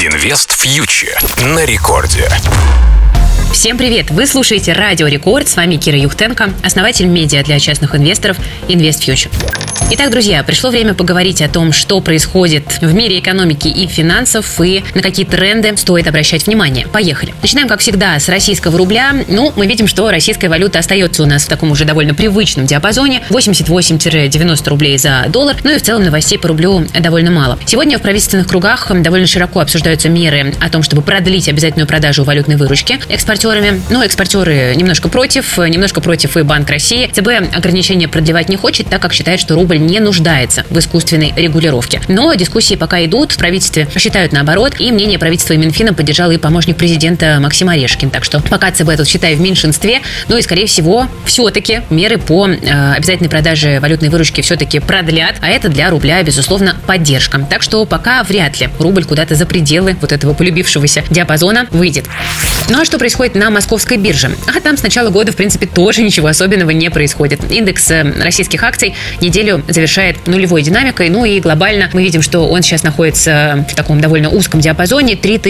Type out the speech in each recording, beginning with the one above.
Инвест Фьючер на рекорде. Всем привет! Вы слушаете Радио Рекорд. С вами Кира Юхтенко, основатель медиа для частных инвесторов Инвест Фьючер. Итак, друзья, пришло время поговорить о том, что происходит в мире экономики и финансов и на какие тренды стоит обращать внимание. Поехали. Начинаем, как всегда, с российского рубля. Мы видим, что российская валюта остается у нас в таком уже довольно привычном диапазоне. 88-90 рублей за доллар. И в целом новостей по рублю довольно мало. Сегодня в правительственных кругах довольно широко обсуждаются меры о том, чтобы продлить обязательную продажу валютной выручки экспортерами. Экспортеры немножко против и Банк России. ЦБ ограничения продлевать не хочет, так как считает, что рубль не нуждается в искусственной регулировке. Но дискуссии пока идут, в правительстве считают наоборот, и мнение правительства и Минфина поддержал и помощник президента Максим Орешкин. Так что пока ЦБ тут, считай, в меньшинстве, и, скорее всего, все-таки меры по обязательной продаже валютной выручки все-таки продлят, а это для рубля, безусловно, поддержка. Так что пока вряд ли рубль куда-то за пределы вот этого полюбившегося диапазона выйдет. А что происходит на московской бирже? Там с начала года, в принципе, тоже ничего особенного не происходит. Индекс российских акций неделю завершает нулевой динамикой, и глобально мы видим, что он сейчас находится в таком довольно узком диапазоне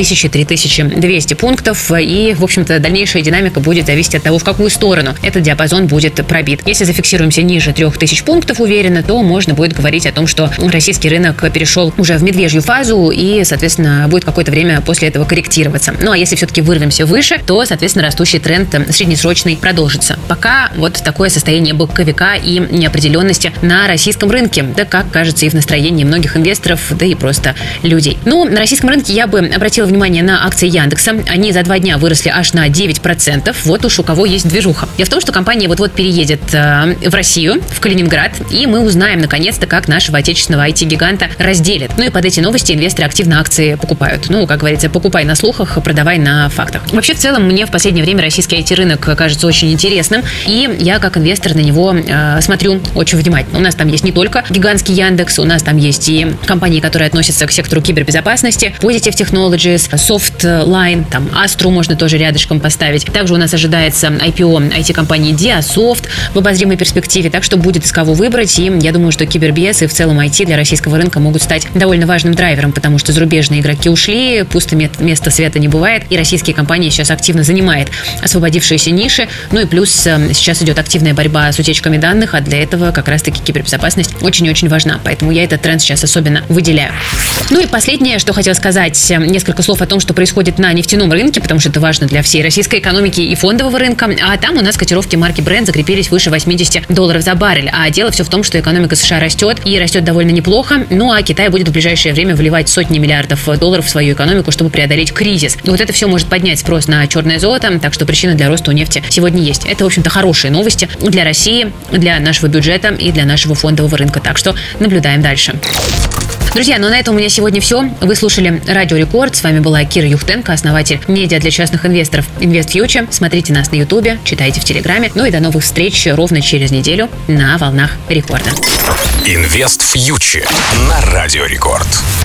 3000-3200 пунктов, и, в общем-то, дальнейшая динамика будет зависеть от того, в какую сторону этот диапазон будет пробит. Если зафиксируемся ниже 3000 пунктов уверенно, то можно будет говорить о том, что российский рынок перешел уже в медвежью фазу и, соответственно, будет какое-то время после этого корректироваться. А если все-таки вырвемся выше, то, соответственно, растущий тренд среднесрочный продолжится. Пока вот такое состояние боковика и неопределенности на российском рынке, да, как кажется, и в настроении многих инвесторов, да и просто людей. На российском рынке я бы обратила внимание на акции Яндекса. Они за 2 дня выросли аж на 9%. Вот уж у кого есть движуха. Дело в том, что компания вот-вот переедет в Россию, в Калининград, и мы узнаем, наконец-то, как нашего отечественного IT-гиганта разделят. И под эти новости инвесторы активно акции покупают. Как говорится, покупай на слухах, продавай на фактах. Вообще, в целом, мне в последнее время российский IT-рынок кажется очень интересным, и я, как инвестор, на него смотрю очень внимательно. У нас там есть не только гигантский Яндекс, у нас там есть и компании, которые относятся к сектору кибербезопасности, Positive Technologies, Softline, там Astro можно тоже рядышком поставить. Также у нас ожидается IPO IT-компании Diasoft в обозримой перспективе, так что будет из кого выбрать, и я думаю, что кибербез и в целом IT для российского рынка могут стать довольно важным драйвером, потому что зарубежные игроки ушли, пусто места света не бывает, и российские компании сейчас активно занимают освободившиеся ниши, и плюс сейчас идет активная борьба с утечками данных, а для этого как раз-таки кибербезопасность очень-очень важна, поэтому я этот тренд сейчас особенно выделяю. И последнее, что хотела сказать, несколько слов о том, что происходит на нефтяном рынке, потому что это важно для всей российской экономики и фондового рынка, а там у нас котировки марки Brent закрепились выше $80 за баррель, а дело все в том, что экономика США растет, и растет довольно неплохо, а Китай будет в ближайшее время вливать сотни миллиардов долларов в свою экономику, чтобы преодолеть кризис. И вот это все может поднять спрос на черное золото, так что причина для роста у нефти сегодня есть. Это, в общем-то, хорошие новости для России, для нашего бюджета и для нашего фондового рынка, так что наблюдаем дальше. Друзья, на этом у меня сегодня все. Вы слушали Радио Рекорд. С вами была Кира Юхтенко, основатель медиа для частных инвесторов Инвест Фьючер. Смотрите нас на Ютубе, читайте в Телеграме. И до новых встреч ровно через неделю на волнах Рекорда. Инвест Фьючер на Радио Рекорд.